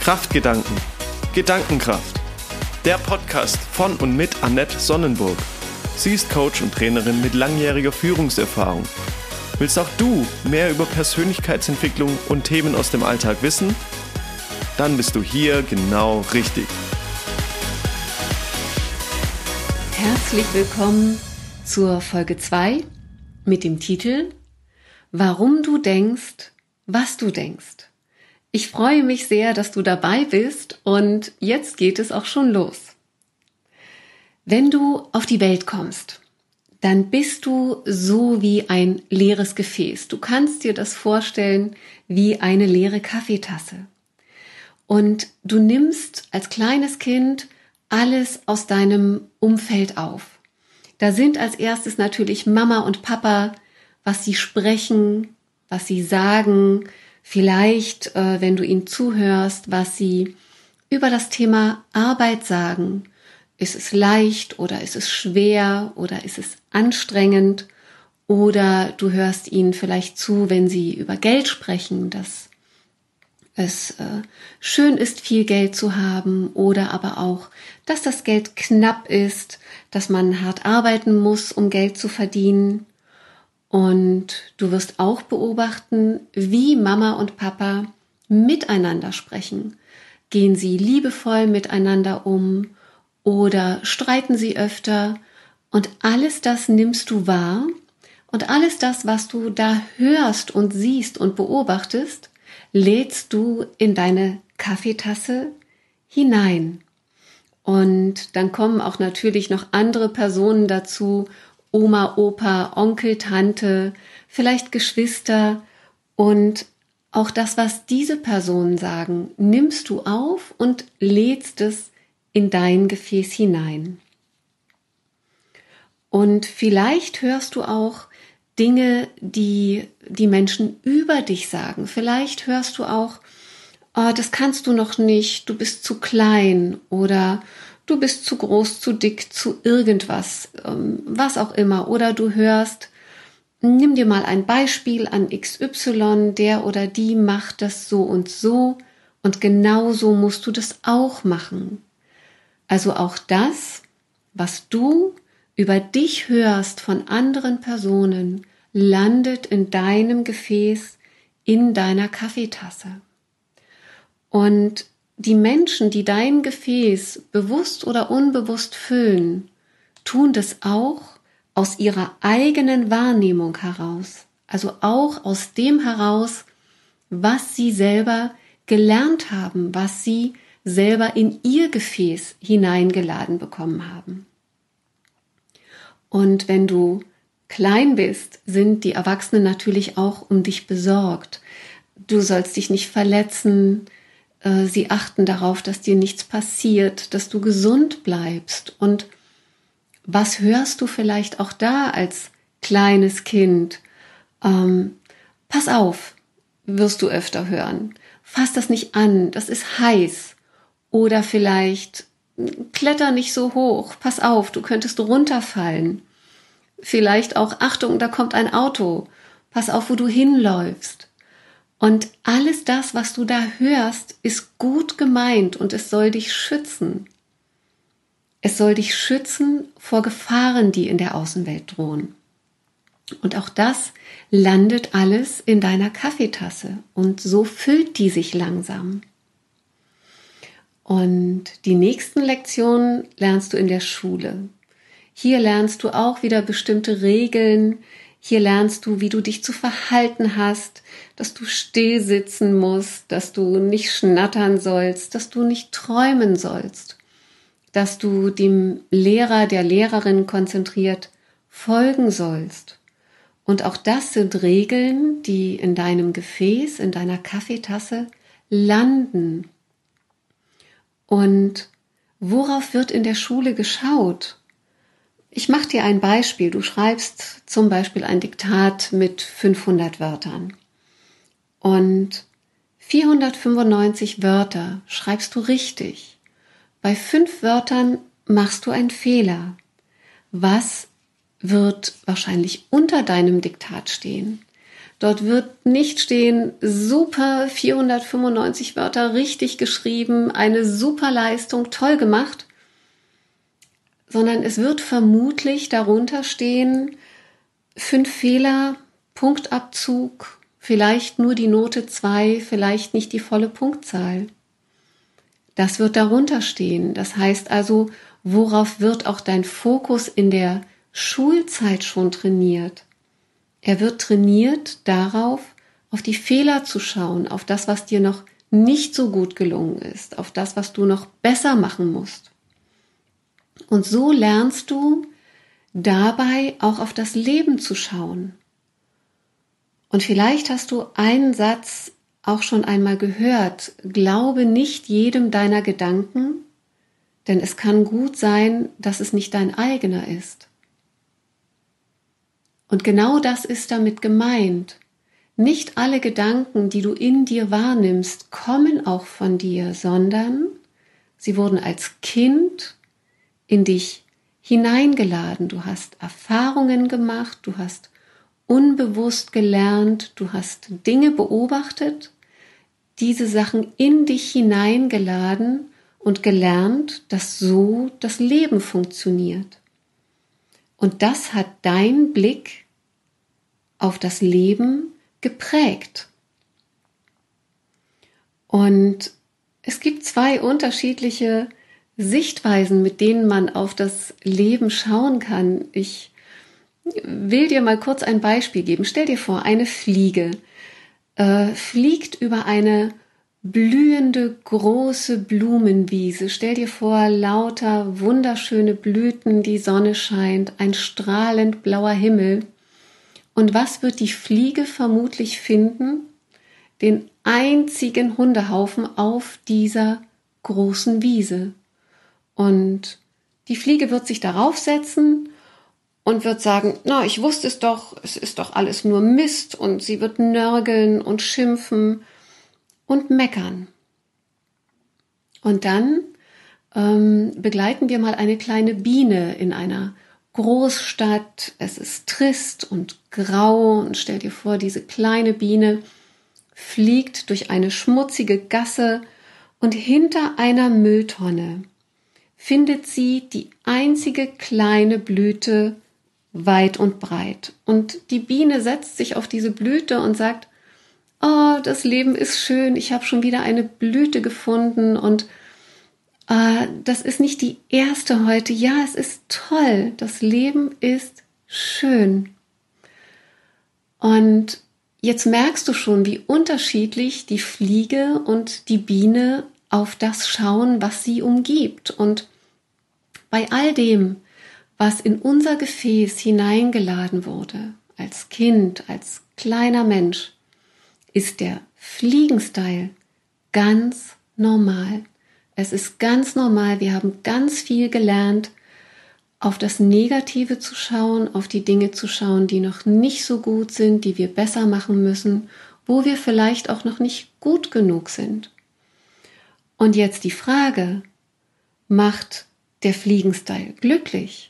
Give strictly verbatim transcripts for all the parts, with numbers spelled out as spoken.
Kraftgedanken, Gedankenkraft. Der Podcast von und mit Annette Sonnenburg. Sie ist Coach und Trainerin mit langjähriger Führungserfahrung. Willst auch du mehr über Persönlichkeitsentwicklung und Themen aus dem Alltag wissen? Dann bist du hier genau richtig. Herzlich willkommen zur Folge zwei mit dem Titel Warum du denkst, was du denkst. Ich freue mich sehr, dass du dabei bist und jetzt geht es auch schon los. Wenn du auf die Welt kommst, dann bist du so wie ein leeres Gefäß. Du kannst dir das vorstellen wie eine leere Kaffeetasse. Und du nimmst als kleines Kind alles aus deinem Umfeld auf. Da sind als erstes natürlich Mama und Papa, was sie sprechen, was sie sagen, vielleicht, äh, wenn du ihnen zuhörst, was sie über das Thema Arbeit sagen. Ist es leicht oder ist es schwer oder ist es anstrengend? Oder du hörst ihnen vielleicht zu, wenn sie über Geld sprechen, dass es äh, schön ist, viel Geld zu haben oder aber auch, dass das Geld knapp ist, dass man hart arbeiten muss, um Geld zu verdienen. Und du wirst auch beobachten, wie Mama und Papa miteinander sprechen. Gehen sie liebevoll miteinander um oder streiten sie öfter? Und alles das nimmst du wahr und alles das, was du da hörst und siehst und beobachtest, lädst du in deine Kaffeetasse hinein. Und dann kommen auch natürlich noch andere Personen dazu, Oma, Opa, Onkel, Tante, vielleicht Geschwister. Und auch das, was diese Personen sagen, nimmst du auf und lädst es in dein Gefäß hinein. Und vielleicht hörst du auch Dinge, die die Menschen über dich sagen. Vielleicht hörst du auch, oh, das kannst du noch nicht, du bist zu klein oder du bist zu groß, zu dick, zu irgendwas, was auch immer. Oder du hörst, nimm dir mal ein Beispiel an X Y, der oder die macht das so und so und genau so musst du das auch machen. Also auch das, was du über dich hörst von anderen Personen, landet in deinem Gefäß, in deiner Kaffeetasse. Und die Menschen, die dein Gefäß bewusst oder unbewusst füllen, tun das auch aus ihrer eigenen Wahrnehmung heraus. Also auch aus dem heraus, was sie selber gelernt haben, was sie selber in ihr Gefäß hineingeladen bekommen haben. Und wenn du klein bist, sind die Erwachsenen natürlich auch um dich besorgt. Du sollst dich nicht verletzen. Sie achten darauf, dass dir nichts passiert, dass du gesund bleibst. Und was hörst du vielleicht auch da als kleines Kind? Ähm, pass auf, wirst du öfter hören. Fass das nicht an, das ist heiß. Oder vielleicht kletter nicht so hoch, pass auf, du könntest runterfallen. Vielleicht auch, Achtung, da kommt ein Auto, pass auf, wo du hinläufst. Und alles das, was du da hörst, ist gut gemeint und es soll dich schützen. Es soll dich schützen vor Gefahren, die in der Außenwelt drohen. Und auch das landet alles in deiner Kaffeetasse und so füllt die sich langsam. Und die nächsten Lektionen lernst du in der Schule. Hier lernst du auch wieder bestimmte Regeln. Hier lernst du, wie du dich zu verhalten hast, dass du still sitzen musst, dass du nicht schnattern sollst, dass du nicht träumen sollst, dass du dem Lehrer, der Lehrerin konzentriert folgen sollst. Und auch das sind Regeln, die in deinem Gefäß, in deiner Kaffeetasse landen. Und worauf wird in der Schule geschaut? Ich mache dir ein Beispiel. Du schreibst zum Beispiel ein Diktat mit fünfhundert Wörtern. Und vierhundertfünfundneunzig Wörter schreibst du richtig. Bei fünf Wörtern machst du einen Fehler. Was wird wahrscheinlich unter deinem Diktat stehen? Dort wird nicht stehen, super vierhundertfünfundneunzig Wörter richtig geschrieben, eine super Leistung, toll gemacht, sondern es wird vermutlich darunter stehen, fünf Fehler, Punktabzug, vielleicht nur die Note zwei, vielleicht nicht die volle Punktzahl. Das wird darunter stehen. Das heißt also, worauf wird auch dein Fokus in der Schulzeit schon trainiert? Er wird trainiert darauf, auf die Fehler zu schauen, auf das, was dir noch nicht so gut gelungen ist, auf das, was du noch besser machen musst. Und so lernst du dabei auch auf das Leben zu schauen. Und vielleicht hast du einen Satz auch schon einmal gehört: Glaube nicht jedem deiner Gedanken, denn es kann gut sein, dass es nicht dein eigener ist. Und genau das ist damit gemeint. Nicht alle Gedanken, die du in dir wahrnimmst, kommen auch von dir, sondern sie wurden als Kind in dich hineingeladen. Du hast Erfahrungen gemacht, du hast unbewusst gelernt, du hast Dinge beobachtet, diese Sachen in dich hineingeladen und gelernt, dass so das Leben funktioniert. Und das hat dein Blick auf das Leben geprägt. Und es gibt zwei unterschiedliche Sichtweisen, mit denen man auf das Leben schauen kann. Ich will dir mal kurz ein Beispiel geben. Stell dir vor, eine Fliege äh, fliegt über eine blühende, große Blumenwiese. Stell dir vor, lauter, wunderschöne Blüten, die Sonne scheint, ein strahlend blauer Himmel. Und was wird die Fliege vermutlich finden? Den einzigen Hundehaufen auf dieser großen Wiese. Und die Fliege wird sich darauf setzen und wird sagen, na, ich wusste es doch, es ist doch alles nur Mist, und sie wird nörgeln und schimpfen und meckern. Und dann ähm, begleiten wir mal eine kleine Biene in einer Großstadt. Es ist trist und grau, und stell dir vor, diese kleine Biene fliegt durch eine schmutzige Gasse, und hinter einer Mülltonne findet sie die einzige kleine Blüte weit und breit. Und die Biene setzt sich auf diese Blüte und sagt, oh, das Leben ist schön, ich habe schon wieder eine Blüte gefunden, und äh, das ist nicht die erste heute. Ja, es ist toll, das Leben ist schön. Und jetzt merkst du schon, wie unterschiedlich die Fliege und die Biene auf das schauen, was sie umgibt. Und bei all dem, was in unser Gefäß hineingeladen wurde, als Kind, als kleiner Mensch, ist der Fliegenstyle ganz normal. Es ist ganz normal, wir haben ganz viel gelernt, auf das Negative zu schauen, auf die Dinge zu schauen, die noch nicht so gut sind, die wir besser machen müssen, wo wir vielleicht auch noch nicht gut genug sind. Und jetzt die Frage, macht der Fliegenstyle glücklich?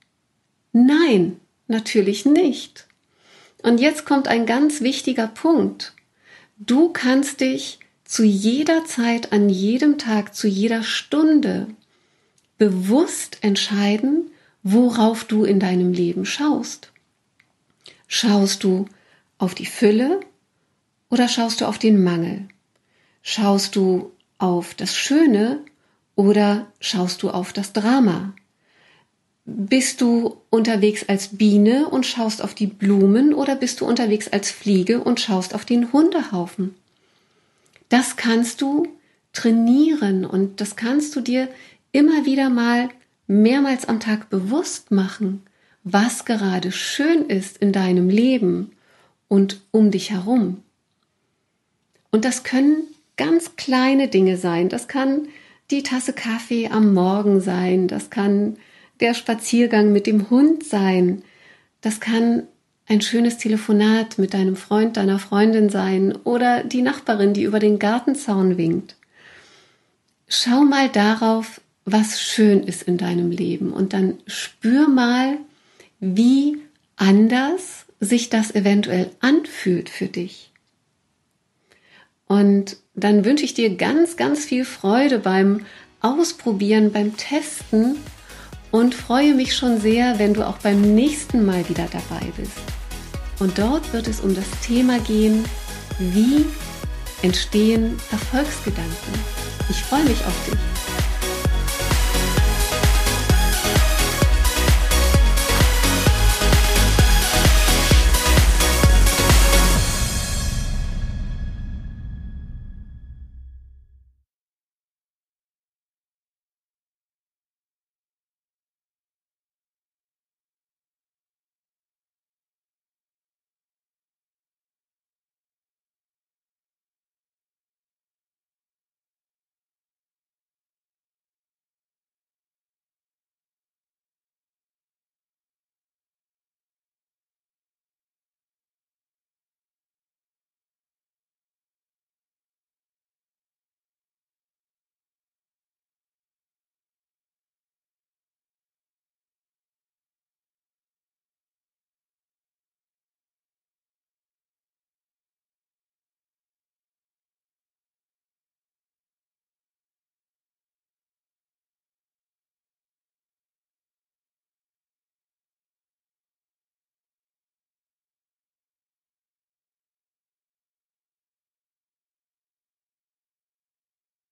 Nein, natürlich nicht. Und jetzt kommt ein ganz wichtiger Punkt. Du kannst dich zu jeder Zeit, an jedem Tag, zu jeder Stunde bewusst entscheiden, worauf du in deinem Leben schaust. Schaust du auf die Fülle oder schaust du auf den Mangel? Schaust du auf das Schöne oder schaust du auf das Drama? Bist du unterwegs als Biene und schaust auf die Blumen, oder bist du unterwegs als Fliege und schaust auf den Hundehaufen? Das kannst du trainieren, und das kannst du dir immer wieder mal mehrmals am Tag bewusst machen, was gerade schön ist in deinem Leben und um dich herum. Und das können ganz kleine Dinge sein. Das kann die Tasse Kaffee am Morgen sein, das kann der Spaziergang mit dem Hund sein, das kann ein schönes Telefonat mit deinem Freund, deiner Freundin sein oder die Nachbarin, die über den Gartenzaun winkt. Schau mal darauf, was schön ist in deinem Leben, und dann spür mal, wie anders sich das eventuell anfühlt für dich. Und dann wünsche ich dir ganz, ganz viel Freude beim Ausprobieren, beim Testen und freue mich schon sehr, wenn du auch beim nächsten Mal wieder dabei bist. Und dort wird es um das Thema gehen, wie entstehen Erfolgsgedanken. Ich freue mich auf dich.